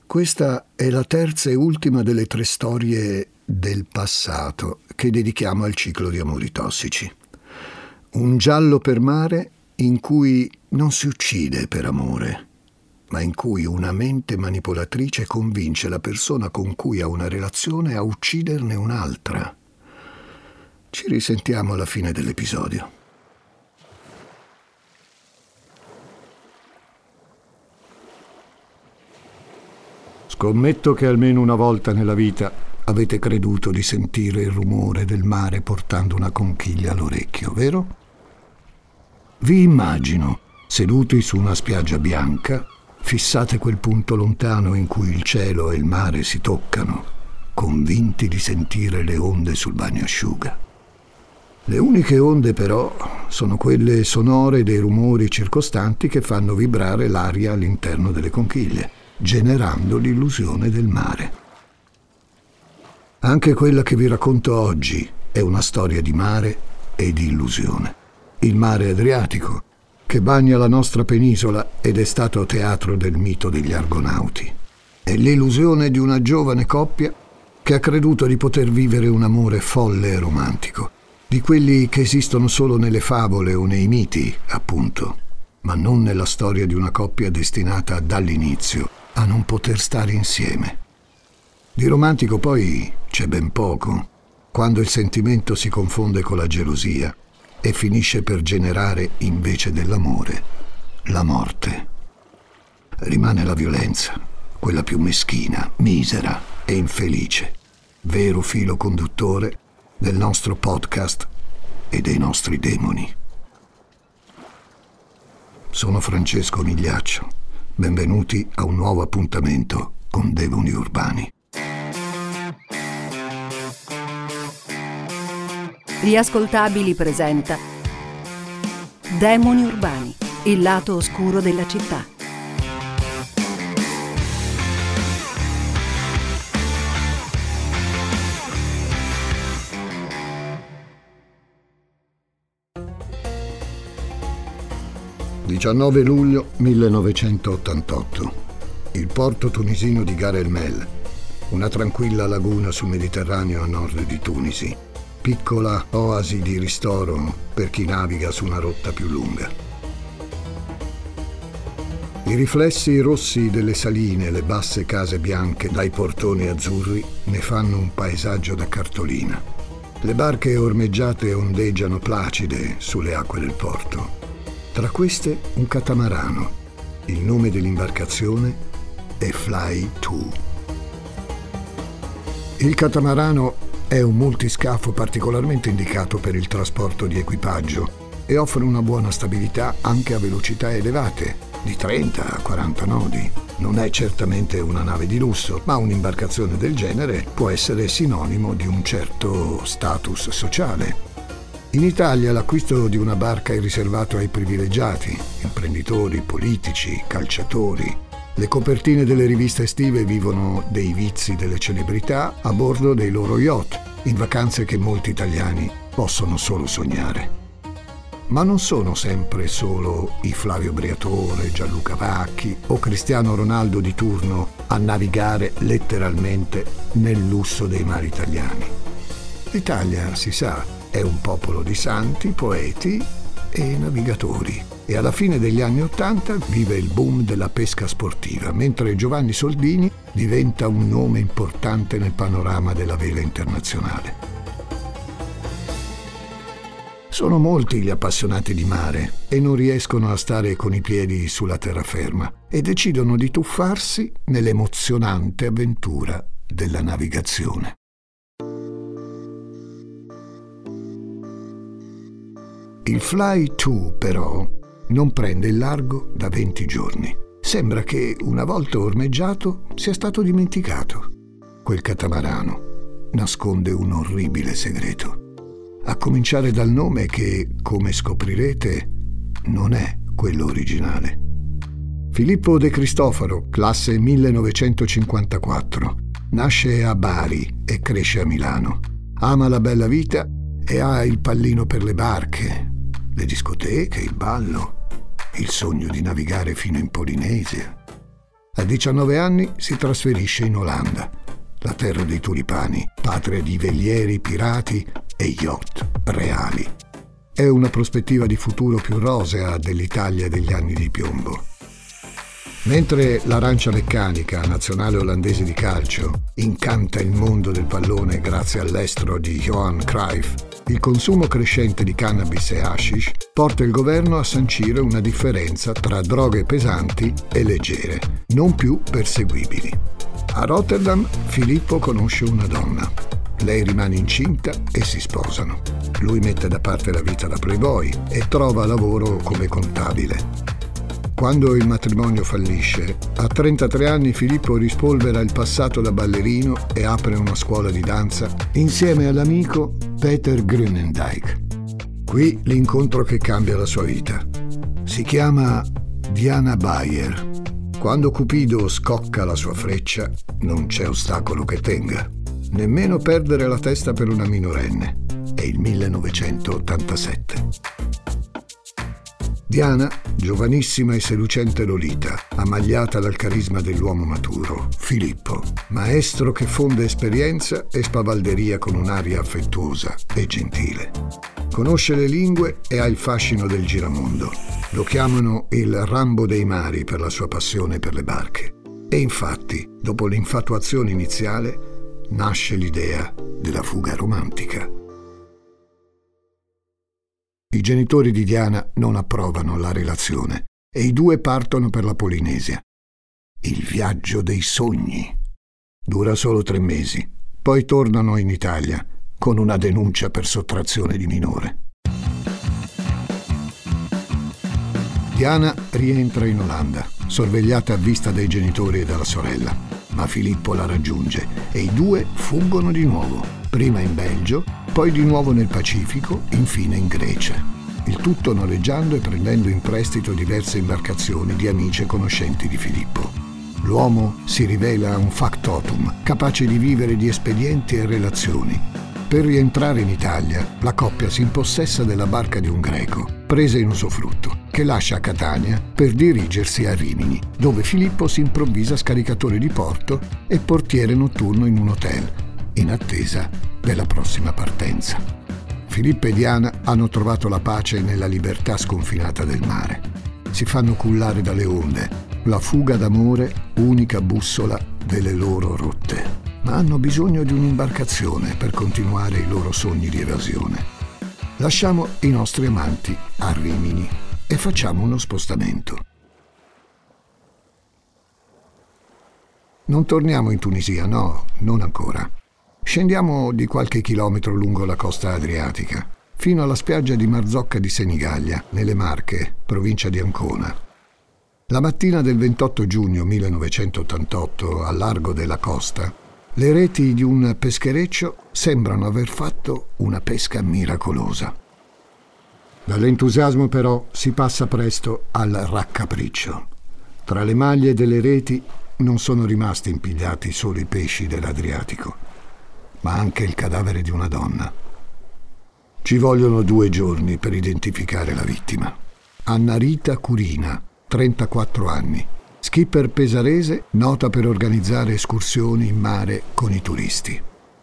Questa è la terza e ultima delle 3 storie del passato che dedichiamo al ciclo di amori tossici. Un giallo per mare in cui non si uccide per amore, ma in cui una mente manipolatrice convince la persona con cui ha una relazione a ucciderne un'altra. Ci risentiamo alla fine dell'episodio. Scommetto che almeno una volta nella vita avete creduto di sentire il rumore del mare portando una conchiglia all'orecchio, vero? Vi immagino, seduti su una spiaggia bianca, fissate quel punto lontano in cui il cielo e il mare si toccano, convinti di sentire le onde sul bagnasciuga. Le uniche onde, però, sono quelle sonore dei rumori circostanti che fanno vibrare l'aria all'interno delle conchiglie, generando l'illusione del mare. Anche quella che vi racconto oggi è una storia di mare e di illusione. Il mare Adriatico, che bagna la nostra penisola ed è stato teatro del mito degli Argonauti. È l'illusione di una giovane coppia che ha creduto di poter vivere un amore folle e romantico, di quelli che esistono solo nelle favole o nei miti, appunto, ma non nella storia di una coppia destinata dall'inizio a non poter stare insieme. Di romantico poi c'è ben poco, quando il sentimento si confonde con la gelosia e finisce per generare, invece dell'amore, la morte. Rimane la violenza, quella più meschina, misera e infelice, vero filo conduttore del nostro podcast e dei nostri demoni. Sono Francesco Migliaccio. Benvenuti a un nuovo appuntamento con Demoni Urbani. Riascoltabili presenta Demoni Urbani, il lato oscuro della città. – 19 luglio 1988. Il porto tunisino di Gar El Mel, una tranquilla laguna sul Mediterraneo a nord di Tunisi, piccola oasi di ristoro per chi naviga su una rotta più lunga. I riflessi rossi delle saline e le basse case bianche dai portoni azzurri ne fanno un paesaggio da cartolina. Le barche ormeggiate ondeggiano placide sulle acque del porto. Tra queste un catamarano. Il nome dell'imbarcazione è Fly 2. Il catamarano è un multiscafo particolarmente indicato per il trasporto di equipaggio e offre una buona stabilità anche a velocità elevate, di 30 a 40 nodi. Non è certamente una nave di lusso, ma un'imbarcazione del genere può essere sinonimo di un certo status sociale. In Italia l'acquisto di una barca è riservato ai privilegiati, imprenditori, politici, calciatori. Le copertine delle riviste estive vivono dei vizi delle celebrità a bordo dei loro yacht, in vacanze che molti italiani possono solo sognare. Ma non sono sempre solo i Flavio Briatore, Gianluca Vacchi o Cristiano Ronaldo di turno a navigare letteralmente nel lusso dei mari italiani. L'Italia, si sa, è un popolo di santi, poeti e navigatori. E alla fine degli anni '80 vive il boom della pesca sportiva, mentre Giovanni Soldini diventa un nome importante nel panorama della vela internazionale. Sono molti gli appassionati di mare e non riescono a stare con i piedi sulla terraferma e decidono di tuffarsi nell'emozionante avventura della navigazione. Il Fly 2, però, non prende il largo da 20 giorni. Sembra che, una volta ormeggiato, sia stato dimenticato. Quel catamarano nasconde un orribile segreto. A cominciare dal nome che, come scoprirete, non è quello originale. Filippo De Cristofaro, classe 1954, nasce a Bari e cresce a Milano. Ama la bella vita e ha il pallino per le barche, le discoteche, il ballo, il sogno di navigare fino in Polinesia. A 19 anni si trasferisce in Olanda, la terra dei tulipani, patria di velieri, pirati e yacht reali. È una prospettiva di futuro più rosea dell'Italia degli anni di piombo. Mentre l'Arancia Meccanica, nazionale olandese di calcio, incanta il mondo del pallone grazie all'estro di Johan Cruyff, il consumo crescente di cannabis e hashish porta il governo a sancire una differenza tra droghe pesanti e leggere, non più perseguibili. A Rotterdam Filippo conosce una donna. Lei rimane incinta e si sposano. Lui mette da parte la vita da playboy e trova lavoro come contabile. Quando il matrimonio fallisce, a 33 anni Filippo rispolvera il passato da ballerino e apre una scuola di danza insieme all'amico Peter Grunendijk. Qui l'incontro che cambia la sua vita. Si chiama Diana Bayer. Quando Cupido scocca la sua freccia, non c'è ostacolo che tenga, nemmeno perdere la testa per una minorenne. È il 1987. Diana, giovanissima e seducente Lolita, ammagliata dal carisma dell'uomo maturo, Filippo, maestro che fonde esperienza e spavalderia con un'aria affettuosa e gentile. Conosce le lingue e ha il fascino del giramondo. Lo chiamano il Rambo dei mari per la sua passione per le barche. E infatti, dopo l'infatuazione iniziale, nasce l'idea della fuga romantica. I genitori di Diana non approvano la relazione e i due partono per la Polinesia. Il viaggio dei sogni. Dura solo 3 mesi, poi tornano in Italia con una denuncia per sottrazione di minore. Diana rientra in Olanda, sorvegliata a vista dai genitori e dalla sorella, ma Filippo la raggiunge e i due fuggono di nuovo, prima in Belgio, poi di nuovo nel Pacifico, infine in Grecia. Il tutto noleggiando e prendendo in prestito diverse imbarcazioni di amici e conoscenti di Filippo. L'uomo si rivela un factotum, capace di vivere di espedienti e relazioni. Per rientrare in Italia, la coppia si impossessa della barca di un greco, presa in usufrutto, che lascia a Catania per dirigersi a Rimini, dove Filippo si improvvisa scaricatore di porto e portiere notturno in un hotel, in attesa della prossima partenza. Filippo e Diana hanno trovato la pace nella libertà sconfinata del mare. Si fanno cullare dalle onde, la fuga d'amore, unica bussola delle loro rotte. Ma hanno bisogno di un'imbarcazione per continuare i loro sogni di evasione. Lasciamo i nostri amanti a Rimini e facciamo uno spostamento. Non torniamo in Tunisia, no, non ancora. Scendiamo di qualche chilometro lungo la costa adriatica, fino alla spiaggia di Marzocca di Senigallia, nelle Marche, provincia di Ancona. La mattina del 28 giugno 1988, al largo della costa, le reti di un peschereccio sembrano aver fatto una pesca miracolosa. Dall'entusiasmo però si passa presto al raccapriccio. Tra le maglie delle reti non sono rimasti impigliati solo i pesci dell'Adriatico, ma anche il cadavere di una donna. Ci vogliono 2 giorni per identificare la vittima. Annarita Curina, 34 anni, skipper pesarese nota per organizzare escursioni in mare con i turisti.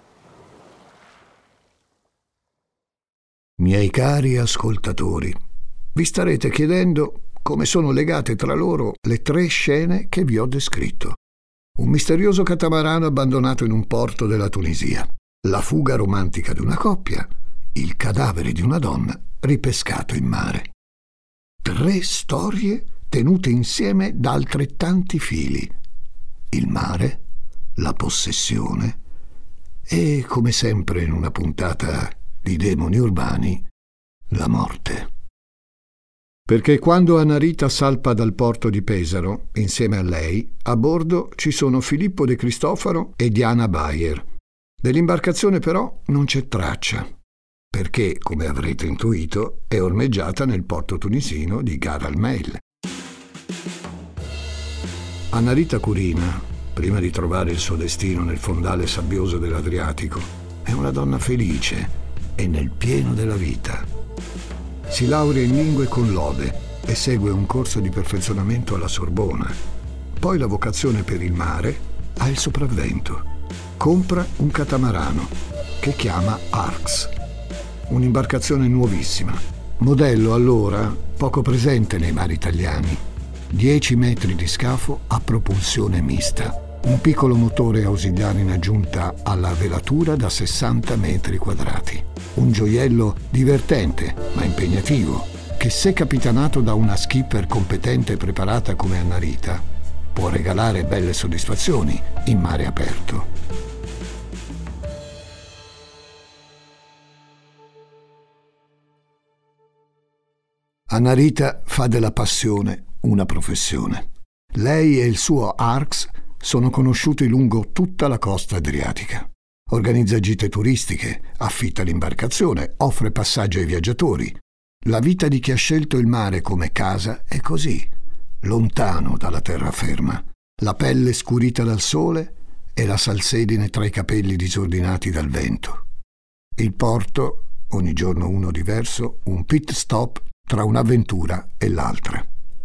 Miei cari ascoltatori, vi starete chiedendo come sono legate tra loro le 3 scene che vi ho descritto. Un misterioso catamarano abbandonato in un porto della Tunisia, la fuga romantica di una coppia, il cadavere di una donna ripescato in mare. 3 storie tenute insieme da altrettanti fili. Il mare, la possessione e, come sempre in una puntata di Demoni Urbani, la morte. Perché quando Annarita salpa dal porto di Pesaro, insieme a lei, a bordo ci sono Filippo De Cristofaro e Diana Bayer. Dell'imbarcazione però non c'è traccia, perché, come avrete intuito, è ormeggiata nel porto tunisino di Gar al Meil. Annarita Curina, prima di trovare il suo destino nel fondale sabbioso dell'Adriatico, è una donna felice e nel pieno della vita. Si laurea in lingue con lode e segue un corso di perfezionamento alla Sorbona. poi la vocazione per il mare, ha il sopravvento. Compra un catamarano che chiama Arx, un'imbarcazione nuovissima, modello allora poco presente nei mari italiani. 10 metri di scafo a propulsione mista, un piccolo motore ausiliare in aggiunta alla velatura da 60 metri quadrati. Un gioiello divertente ma impegnativo, che se capitanato da una skipper competente e preparata come Annarita, può regalare belle soddisfazioni in mare aperto. Annarita fa della passione una professione. Lei e il suo Arx sono conosciuti lungo tutta la costa adriatica. Organizza gite turistiche, affitta l'imbarcazione, offre passaggi ai viaggiatori. La vita di chi ha scelto il mare come casa è così, lontano dalla terraferma, la pelle scurita dal sole e la salsedine tra i capelli disordinati dal vento. Il porto, ogni giorno uno diverso, un pit stop tra un'avventura e l'altra.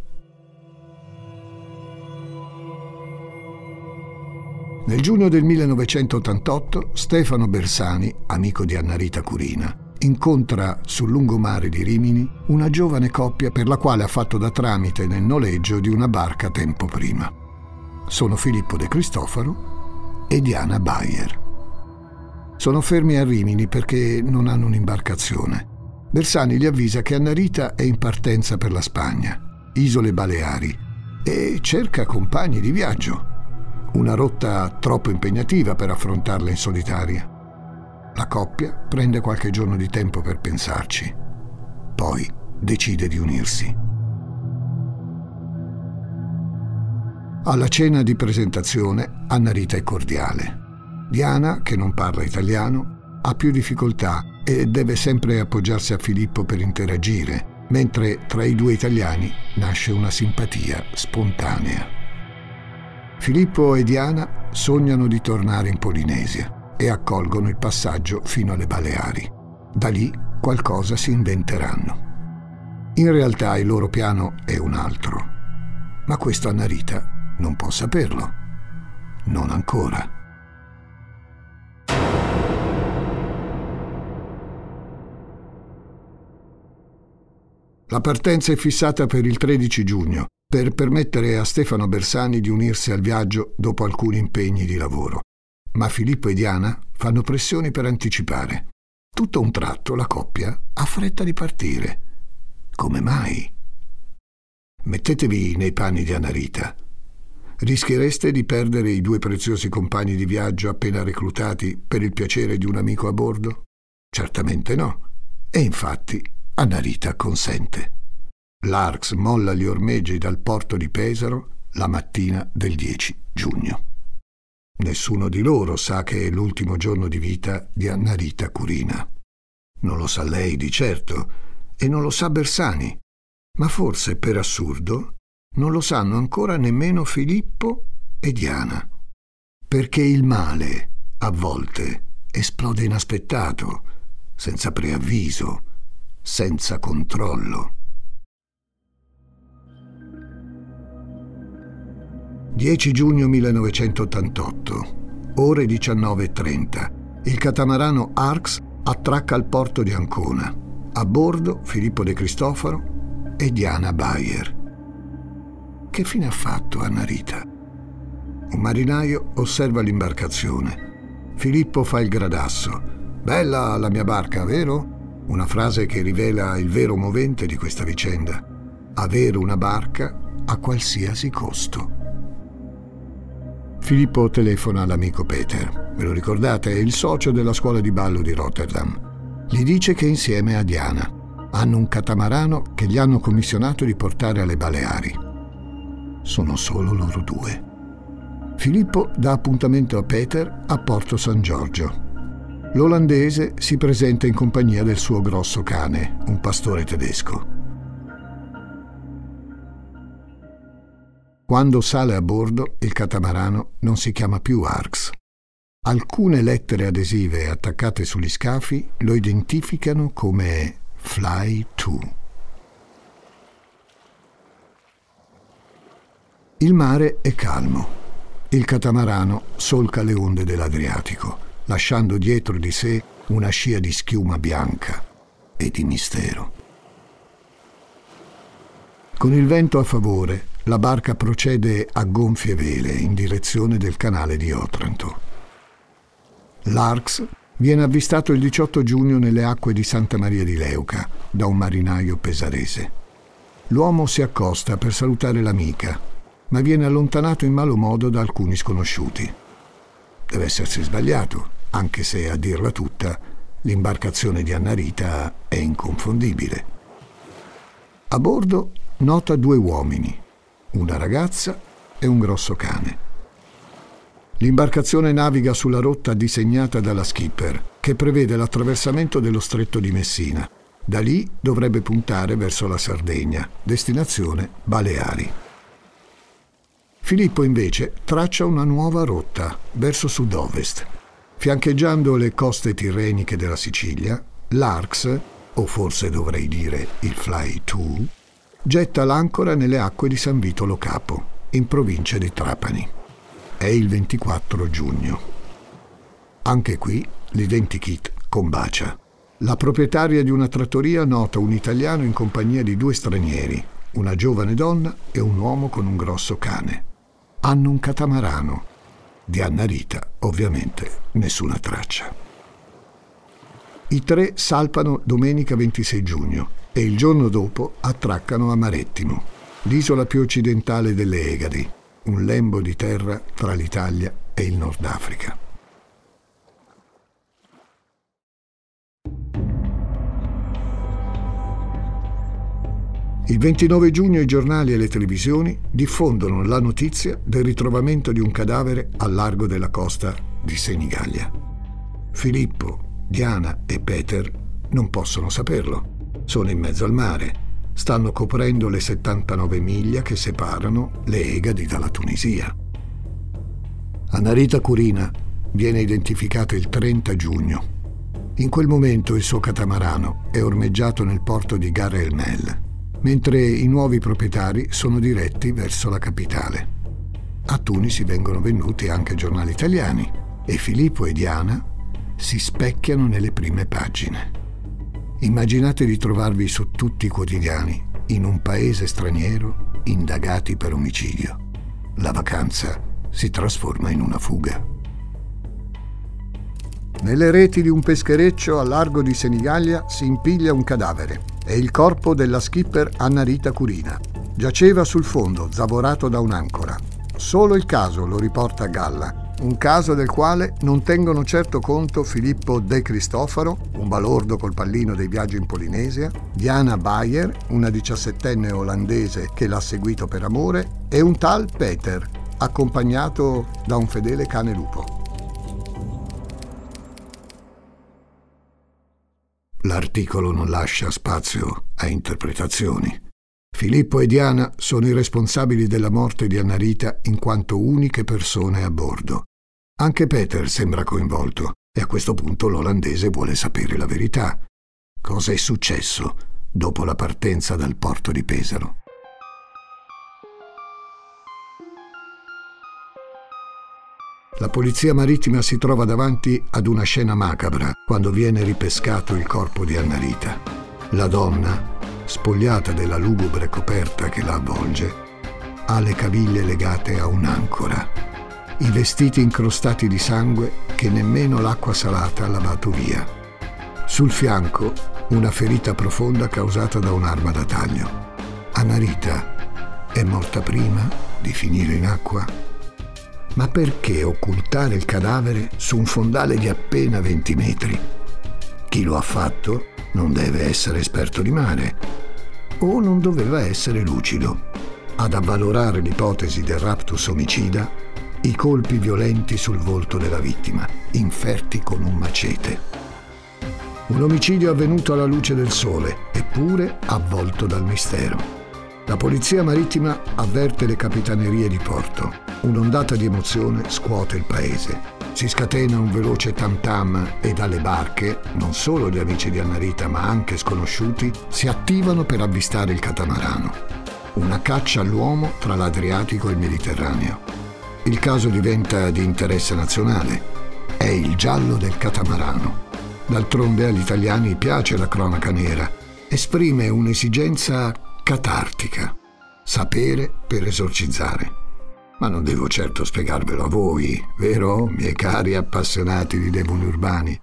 Nel giugno del 1988 Stefano Bersani, amico di Annarita Curina, incontra sul lungomare di Rimini una giovane coppia per la quale ha fatto da tramite nel noleggio di una barca tempo prima. Sono Filippo De Cristofaro e Diana Bayer. Sono fermi a Rimini perché non hanno un'imbarcazione. Bersani gli avvisa che Annarita è in partenza per la Spagna, Isole Baleari, e cerca compagni di viaggio. Una rotta troppo impegnativa per affrontarla in solitaria. La coppia prende qualche giorno di tempo per pensarci. Poi decide di unirsi. Alla cena di presentazione, Annarita è cordiale. Diana, che non parla italiano, ha più difficoltà e deve sempre appoggiarsi a Filippo per interagire, mentre tra i due italiani nasce una simpatia spontanea. Filippo e Diana sognano di tornare in Polinesia e accolgono il passaggio fino alle Baleari. Da lì qualcosa si inventeranno. In realtà il loro piano è un altro, ma questo Annarita non può saperlo. Non ancora. La partenza è fissata per il 13 giugno, per permettere a Stefano Bersani di unirsi al viaggio dopo alcuni impegni di lavoro. Ma Filippo e Diana fanno pressioni per anticipare. Tutto a un tratto la coppia ha fretta di partire. Come mai? Mettetevi nei panni di Annarita. Rischiereste di perdere i 2 preziosi compagni di viaggio appena reclutati per il piacere di un amico a bordo? Certamente no. E infatti Annarita consente. L'Arx molla gli ormeggi dal porto di Pesaro la mattina del 10 giugno. Nessuno di loro sa che è l'ultimo giorno di vita di Annarita Curina. Non lo sa lei di certo e non lo sa Bersani, ma forse per assurdo non lo sanno ancora nemmeno Filippo e Diana. Perché il male, a volte, esplode inaspettato, senza preavviso, senza controllo. 10 giugno 1988, ore 19:30. Il catamarano Arx attracca al porto di Ancona. A bordo Filippo De Cristofaro e Diana Bayer. Che fine ha fatto Annarita? Un marinaio osserva l'imbarcazione. Filippo fa il gradasso. «Bella la mia barca, vero?» Una frase che rivela il vero movente di questa vicenda. Avere una barca a qualsiasi costo. Filippo telefona all'amico Peter. Ve lo ricordate? È il socio della scuola di ballo di Rotterdam. Gli dice che insieme a Diana hanno un catamarano che gli hanno commissionato di portare alle Baleari. Sono solo loro 2. Filippo dà appuntamento a Peter a Porto San Giorgio. L'olandese si presenta in compagnia del suo grosso cane, un pastore tedesco. Quando sale a bordo, il catamarano non si chiama più Arx. Alcune lettere adesive attaccate sugli scafi lo identificano come Fly 2. Il mare è calmo. Il catamarano solca le onde dell'Adriatico, lasciando dietro di sé una scia di schiuma bianca e di mistero. Con il vento a favore, la barca procede a gonfie vele in direzione del canale di Otranto. L'Arx viene avvistato il 18 giugno nelle acque di Santa Maria di Leuca da un marinaio pesarese. L'uomo si accosta per salutare l'amica, ma viene allontanato in malo modo da alcuni sconosciuti. Deve essersi sbagliato, anche se, a dirla tutta, l'imbarcazione di Annarita è inconfondibile. A bordo nota 2 uomini, una ragazza e un grosso cane. L'imbarcazione naviga sulla rotta disegnata dalla skipper, che prevede l'attraversamento dello stretto di Messina. Da lì dovrebbe puntare verso la Sardegna, destinazione Baleari. Filippo invece traccia una nuova rotta verso sud-ovest. Fiancheggiando le coste tirreniche della Sicilia, l'Arx, o forse dovrei dire il Fly 2, getta l'ancora nelle acque di San Vito Lo Capo, in provincia di Trapani. È il 24 giugno. Anche qui l'identikit combacia. La proprietaria di una trattoria nota un italiano in compagnia di 2 stranieri, una giovane donna e un uomo con un grosso cane. Hanno un catamarano. Di Annarita, ovviamente, nessuna traccia. I 3 salpano domenica 26 giugno e il giorno dopo attraccano a Marettimo, l'isola più occidentale delle Egadi, un lembo di terra tra l'Italia e il Nord Africa. Il 29 giugno i giornali e le televisioni diffondono la notizia del ritrovamento di un cadavere al largo della costa di Senigallia. Filippo, Diana e Peter non possono saperlo. Sono in mezzo al mare. Stanno coprendo le 79 miglia che separano le Egadi dalla Tunisia. Annarita Curina viene identificata il 30 giugno. In quel momento il suo catamarano è ormeggiato nel porto di Gar el Mel, mentre i nuovi proprietari sono diretti verso la capitale. A Tunisi vengono venduti anche giornali italiani e Filippo e Diana si specchiano nelle prime pagine. Immaginate di trovarvi su tutti i quotidiani, in un paese straniero, indagati per omicidio. La vacanza si trasforma in una fuga. Nelle reti di un peschereccio al largo di Senigallia si impiglia un cadavere. È il corpo della skipper Annarita Curina. Giaceva sul fondo, zavorato da un'ancora. Solo il caso lo riporta a galla. Un caso del quale non tengono certo conto Filippo De Cristofaro, un balordo col pallino dei viaggi in Polinesia, Diana Bayer, una 17enne olandese che l'ha seguito per amore, e un tal Peter, accompagnato da un fedele cane lupo. L'articolo non lascia spazio a interpretazioni. Filippo e Diana sono i responsabili della morte di Annarita in quanto uniche persone a bordo. Anche Peter sembra coinvolto e a questo punto l'olandese vuole sapere la verità. Cosa è successo dopo la partenza dal porto di Pesaro? La polizia marittima si trova davanti ad una scena macabra quando viene ripescato il corpo di Annarita. La donna, spogliata della lugubre coperta che la avvolge, ha le caviglie legate a un'ancora, i vestiti incrostati di sangue che nemmeno l'acqua salata ha lavato via. Sul fianco una ferita profonda causata da un'arma da taglio. Annarita è morta prima di finire in acqua? Ma perché occultare il cadavere su un fondale di appena 20 metri? Chi lo ha fatto non deve essere esperto di mare o non doveva essere lucido. Ad avvalorare l'ipotesi del raptus omicida, i colpi violenti sul volto della vittima, inferti con un macete. Un omicidio avvenuto alla luce del sole, eppure avvolto dal mistero. La polizia marittima avverte le capitanerie di porto. Un'ondata di emozione scuote il paese. Si scatena un veloce tam-tam e dalle barche, non solo gli amici di Annarita ma anche sconosciuti, si attivano per avvistare il catamarano. Una caccia all'uomo tra l'Adriatico e il Mediterraneo. Il caso diventa di interesse nazionale. È il giallo del catamarano. D'altronde agli italiani piace la cronaca nera. Esprime un'esigenza catartica. Sapere per esorcizzare. Ma non devo certo spiegarvelo a voi, vero, miei cari appassionati di demoni urbani?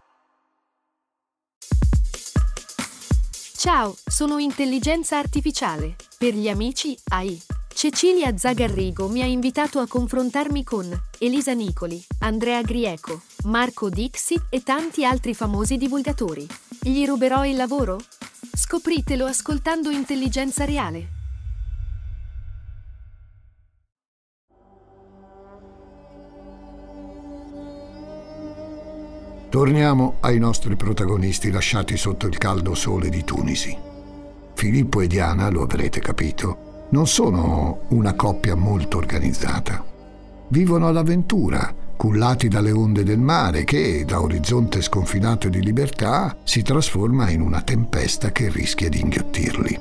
Ciao, sono intelligenza artificiale. Per gli amici, AI. Cecilia Zagarrigo mi ha invitato a confrontarmi con Elisa Nicoli, Andrea Grieco, Marco Dixit e tanti altri famosi divulgatori. Gli ruberò il lavoro? Scopritelo ascoltando Intelligenza Reale. Torniamo ai nostri protagonisti lasciati sotto il caldo sole di Tunisi. Filippo e Diana, lo avrete capito, non sono una coppia molto organizzata. Vivono all'avventura, cullati dalle onde del mare che, da orizzonte sconfinato di libertà, si trasforma in una tempesta che rischia di inghiottirli.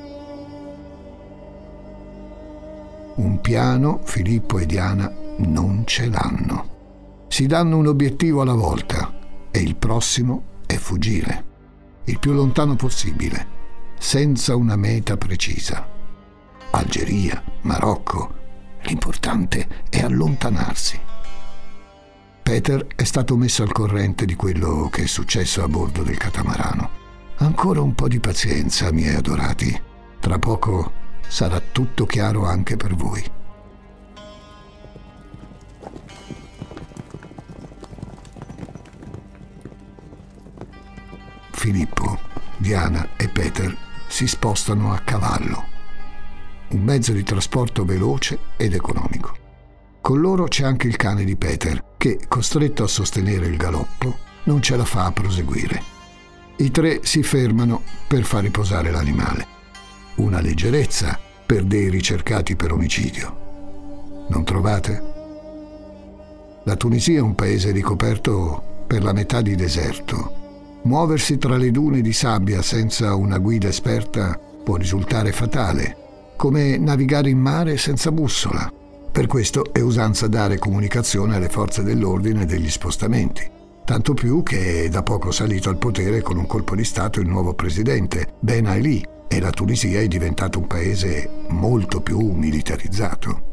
Un piano Filippo e Diana non ce l'hanno. Si danno un obiettivo alla volta. E il prossimo è fuggire, il più lontano possibile, senza una meta precisa. Algeria, Marocco, l'importante è allontanarsi. Peter è stato messo al corrente di quello che è successo a bordo del catamarano. Ancora un po' di pazienza, miei adorati. Tra poco sarà tutto chiaro anche per voi. Filippo, Diana e Peter si spostano a cavallo, un mezzo di trasporto veloce ed economico. Con loro c'è anche il cane di Peter, che, costretto a sostenere il galoppo, non ce la fa a proseguire. I tre si fermano per far riposare l'animale. Una leggerezza per dei ricercati per omicidio. Non trovate? La Tunisia è un paese ricoperto per la metà di deserto. Muoversi tra le dune di sabbia senza una guida esperta può risultare fatale, come navigare in mare senza bussola. Per questo è usanza dare comunicazione alle forze dell'ordine degli spostamenti. Tanto più che è da poco salito al potere con un colpo di Stato il nuovo presidente, Ben Ali, e la Tunisia è diventato un paese molto più militarizzato.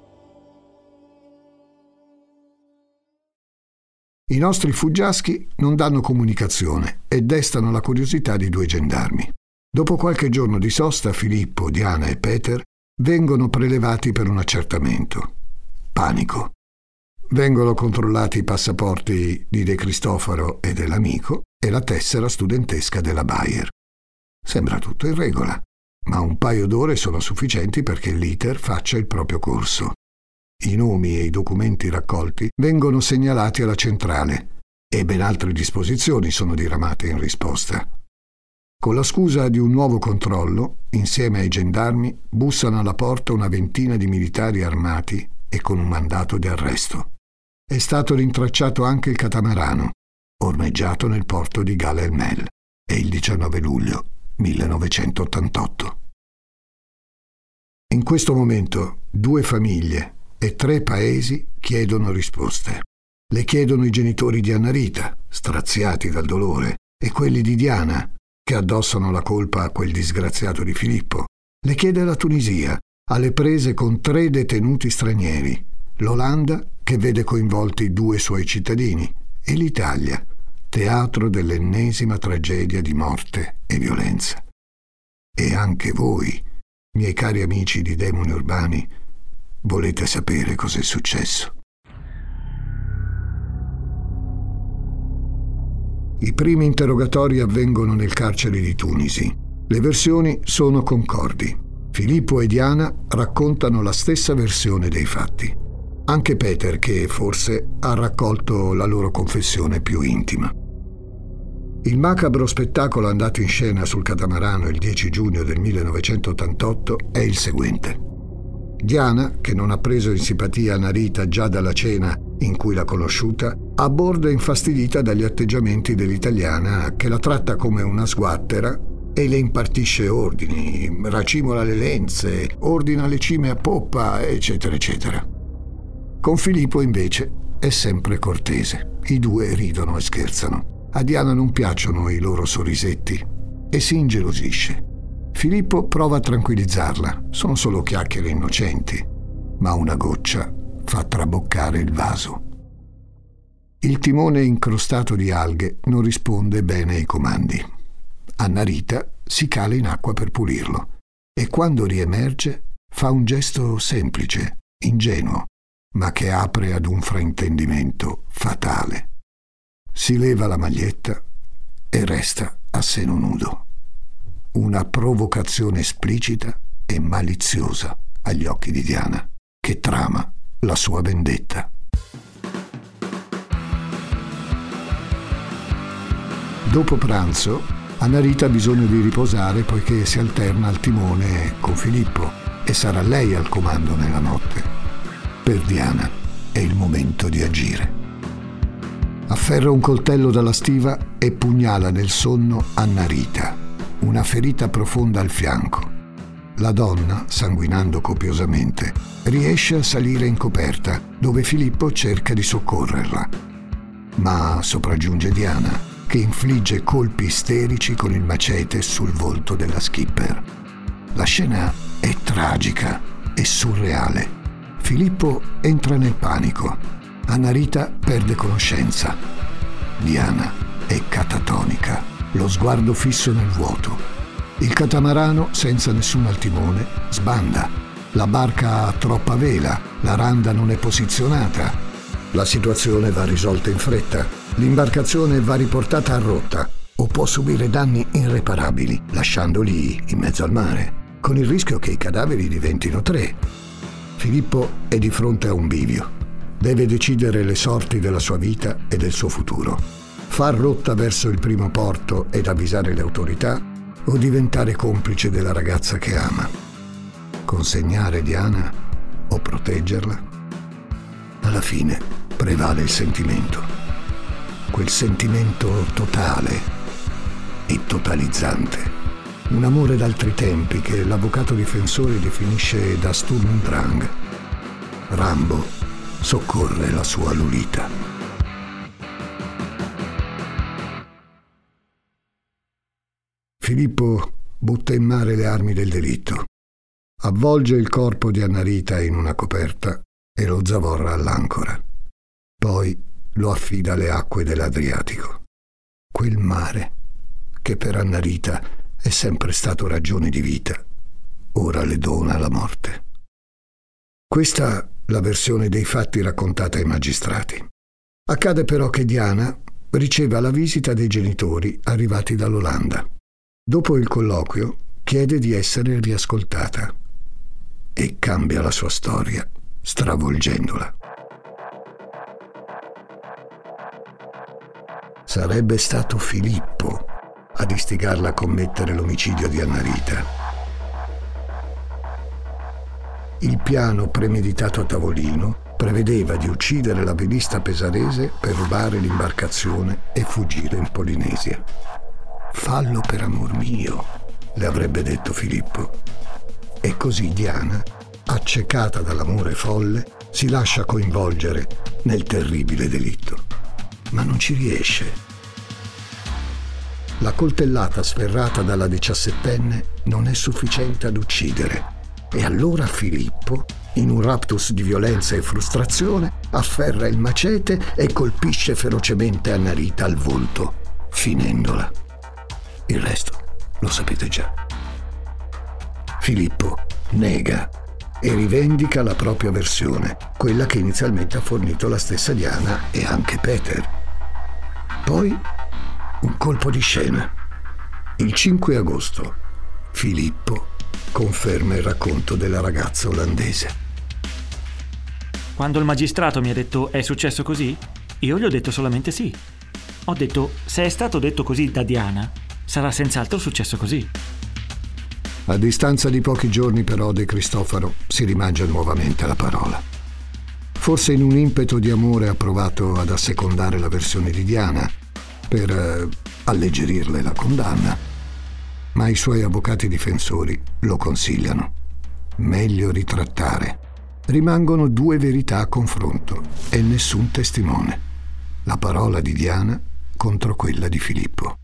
I nostri fuggiaschi non danno comunicazione e destano la curiosità di due gendarmi. Dopo qualche giorno di sosta, Filippo, Diana e Peter vengono prelevati per un accertamento. Panico. Vengono controllati i passaporti di De Cristofaro e dell'amico e la tessera studentesca della Bayer. Sembra tutto in regola, ma un paio d'ore sono sufficienti perché l'iter faccia il proprio corso. I nomi e i documenti raccolti vengono segnalati alla centrale e ben altre disposizioni sono diramate in risposta. Con la scusa di un nuovo controllo, insieme ai gendarmi, bussano alla porta una ventina di militari armati e con un mandato di arresto. È stato rintracciato anche il catamarano, ormeggiato nel porto di Gal el-Mel. È il 19 luglio 1988. In questo momento, 2 famiglie e 3 paesi chiedono risposte. Le chiedono i genitori di Annarita, straziati dal dolore, e quelli di Diana, che addossano la colpa a quel disgraziato di Filippo. Le chiede la Tunisia, alle prese con 3 detenuti stranieri, l'Olanda, che vede coinvolti 2 suoi cittadini, e l'Italia, teatro dell'ennesima tragedia di morte e violenza. E anche voi, miei cari amici di demoni urbani, volete sapere cos'è successo? I primi interrogatori avvengono nel carcere di Tunisi. Le versioni sono concordi. Filippo e Diana raccontano la stessa versione dei fatti. Anche Peter, che forse ha raccolto la loro confessione più intima. Il macabro spettacolo andato in scena sul catamarano il 10 giugno del 1988 è il seguente. Diana, che non ha preso in simpatia Annarita già dalla cena in cui l'ha conosciuta, a bordo è infastidita dagli atteggiamenti dell'italiana che la tratta come una sguattera e le impartisce ordini, racimola le lenze, ordina le cime a poppa, eccetera, eccetera. Con Filippo, invece, è sempre cortese. I due ridono e scherzano. A Diana non piacciono i loro sorrisetti e si ingelosisce. Filippo prova a tranquillizzarla. Sono solo chiacchiere innocenti, ma una goccia fa traboccare il vaso. Il timone incrostato di alghe non risponde bene ai comandi. Annarita si cala in acqua per pulirlo e quando riemerge fa un gesto semplice, ingenuo, ma che apre ad un fraintendimento fatale. Si leva la maglietta e resta a seno nudo. Una provocazione esplicita e maliziosa agli occhi di Diana, che trama la sua vendetta. Dopo pranzo, Annarita ha bisogno di riposare poiché si alterna al timone con Filippo e sarà lei al comando nella notte. Per Diana è il momento di agire. Afferra un coltello dalla stiva e pugnala nel sonno Annarita, una ferita profonda al fianco. La donna, sanguinando copiosamente, riesce a salire in coperta, dove Filippo cerca di soccorrerla. Ma sopraggiunge Diana, che infligge colpi isterici con il macete sul volto della skipper. La scena è tragica e surreale. Filippo entra nel panico. Annarita perde conoscenza. Diana è catatonica, lo sguardo fisso nel vuoto. Il catamarano, senza nessuno al timone, sbanda. La barca ha troppa vela, la randa non è posizionata. La situazione va risolta in fretta. L'imbarcazione va riportata a rotta o può subire danni irreparabili, lasciandoli in mezzo al mare, con il rischio che i cadaveri diventino 3. Filippo è di fronte a un bivio. Deve decidere le sorti della sua vita e del suo futuro. Far rotta verso il primo porto ed avvisare le autorità o diventare complice della ragazza che ama. Consegnare Diana o proteggerla? Alla fine prevale il sentimento. Quel sentimento totale e totalizzante. Un amore d'altri tempi che l'avvocato difensore definisce da Sturm und Drang. Rambo soccorre la sua Lolita. Filippo butta in mare le armi del delitto. Avvolge il corpo di Annarita in una coperta e lo zavorra all'ancora. Poi lo affida alle acque dell'Adriatico. Quel mare che per Annarita è sempre stato ragione di vita, ora le dona la morte. Questa la versione dei fatti raccontata ai magistrati. Accade però che Diana riceva la visita dei genitori arrivati dall'Olanda. Dopo il colloquio chiede di essere riascoltata e cambia la sua storia, stravolgendola. Sarebbe stato Filippo ad istigarla a commettere l'omicidio di Annarita. Il piano premeditato a tavolino prevedeva di uccidere la velista pesarese per rubare l'imbarcazione e fuggire in Polinesia. «Fallo per amor mio», le avrebbe detto Filippo. E così Diana, accecata dall'amore folle, si lascia coinvolgere nel terribile delitto. Ma non ci riesce. La coltellata sferrata dalla 17enne non è sufficiente ad uccidere. E allora Filippo, in un raptus di violenza e frustrazione, afferra il macete e colpisce ferocemente Annarita al volto, finendola. Il resto lo sapete già. Filippo nega e rivendica la propria versione, quella che inizialmente ha fornito la stessa Diana e anche Peter. Poi un colpo di scena. Il 5 agosto Filippo conferma il racconto della ragazza olandese. Quando il magistrato mi ha detto «È successo così?», io gli ho detto solamente sì. Ho detto «Se è stato detto così da Diana, sarà senz'altro successo così». A distanza di pochi giorni però De Cristofaro si rimangia nuovamente la parola. Forse in un impeto di amore ha provato ad assecondare la versione di Diana per alleggerirle la condanna. ma i suoi avvocati difensori lo consigliano. Meglio ritrattare. Rimangono due verità a confronto e nessun testimone. La parola di Diana contro quella di Filippo.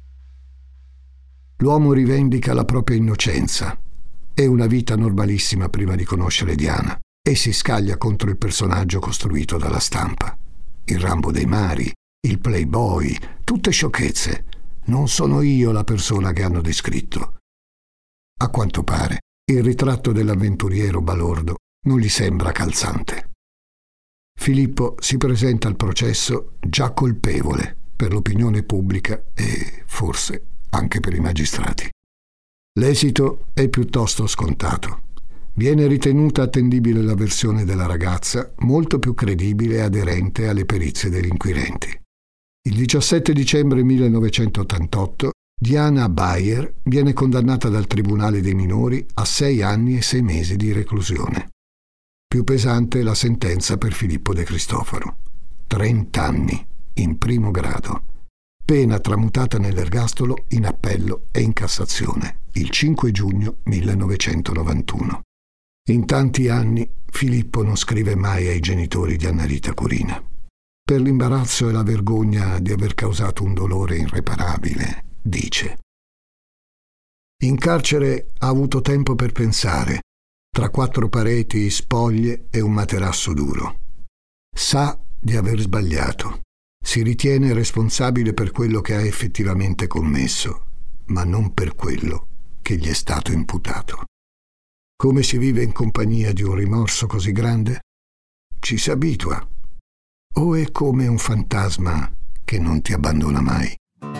L'uomo rivendica la propria innocenza e una vita normalissima prima di conoscere Diana e si scaglia contro il personaggio costruito dalla stampa. Il Rambo dei mari, il playboy, tutte sciocchezze. Non sono io la persona che hanno descritto. A quanto pare, il ritratto dell'avventuriero balordo non gli sembra calzante. Filippo si presenta al processo già colpevole per l'opinione pubblica e, forse, anche per i magistrati. L'esito è piuttosto scontato. Viene ritenuta attendibile la versione della ragazza, molto più credibile e aderente alle perizie degli inquirenti. Il 17 dicembre 1988 Diana Bayer viene condannata dal Tribunale dei minori a 6 anni e 6 mesi di reclusione. Più pesante è la sentenza per Filippo De Cristofaro. 30 anni, in primo grado. Pena tramutata nell'ergastolo in appello e in Cassazione, il 5 giugno 1991. In tanti anni Filippo non scrive mai ai genitori di Annarita Curina. Per l'imbarazzo e la vergogna di aver causato un dolore irreparabile, dice: in carcere ha avuto tempo per pensare, tra 4 pareti, spoglie e un materasso duro. Sa di aver sbagliato. Si ritiene responsabile per quello che ha effettivamente commesso, ma non per quello che gli è stato imputato. Come si vive in compagnia di un rimorso così grande? Ci si abitua. O è come un fantasma che non ti abbandona mai?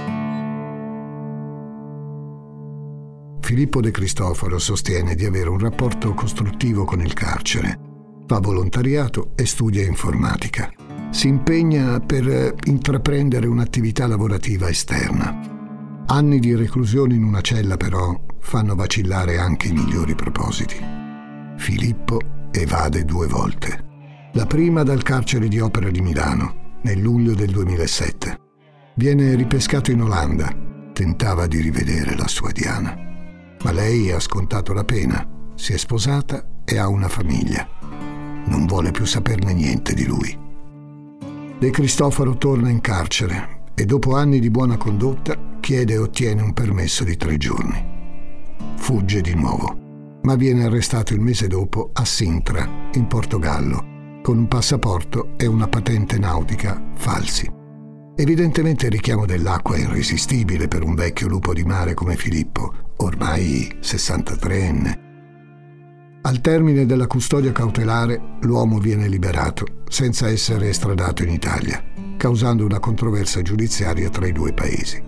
Filippo De Cristofaro sostiene di avere un rapporto costruttivo con il carcere. Fa volontariato e studia informatica. Si impegna per intraprendere un'attività lavorativa esterna. Anni di reclusione in una cella, però, fanno vacillare anche i migliori propositi. Filippo evade 2 volte. La prima dal carcere di Opera di Milano, nel luglio del 2007. Viene ripescato in Olanda. Tentava di rivedere la sua Diana. Ma lei ha scontato la pena, si è sposata e ha una famiglia. Non vuole più saperne niente di lui. De Cristofaro torna in carcere e dopo anni di buona condotta chiede e ottiene un permesso di 3 giorni. Fugge di nuovo, ma viene arrestato il mese dopo a Sintra, in Portogallo, con un passaporto e una patente nautica falsi. Evidentemente il richiamo dell'acqua è irresistibile per un vecchio lupo di mare come Filippo, ormai 63enne. Al termine della custodia cautelare, l'uomo viene liberato, senza essere estradato in Italia, causando una controversia giudiziaria tra i 2 paesi.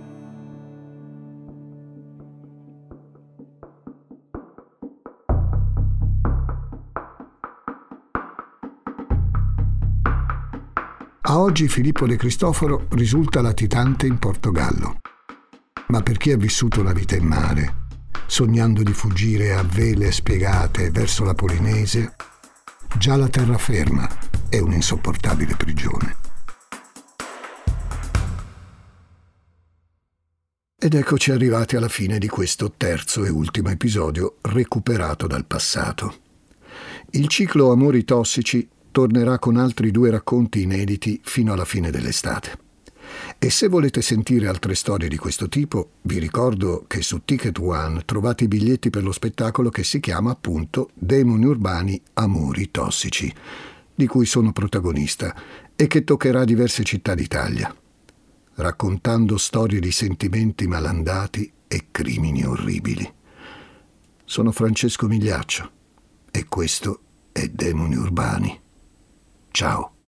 A oggi Filippo De Cristofaro risulta latitante in Portogallo. Ma per chi ha vissuto una vita in mare, sognando di fuggire a vele spiegate verso la Polinesia, già la terraferma è un'insopportabile prigione. Ed eccoci arrivati alla fine di questo terzo e ultimo episodio recuperato dal passato. Il ciclo Amori tossici tornerà con altri 2 racconti inediti fino alla fine dell'estate. E se volete sentire altre storie di questo tipo, vi ricordo che su Ticket One trovate i biglietti per lo spettacolo che si chiama appunto Demoni urbani, amori tossici, di cui sono protagonista e che toccherà diverse città d'Italia, raccontando storie di sentimenti malandati e crimini orribili. Sono Francesco Migliaccio e questo è Demoni urbani. Ciao.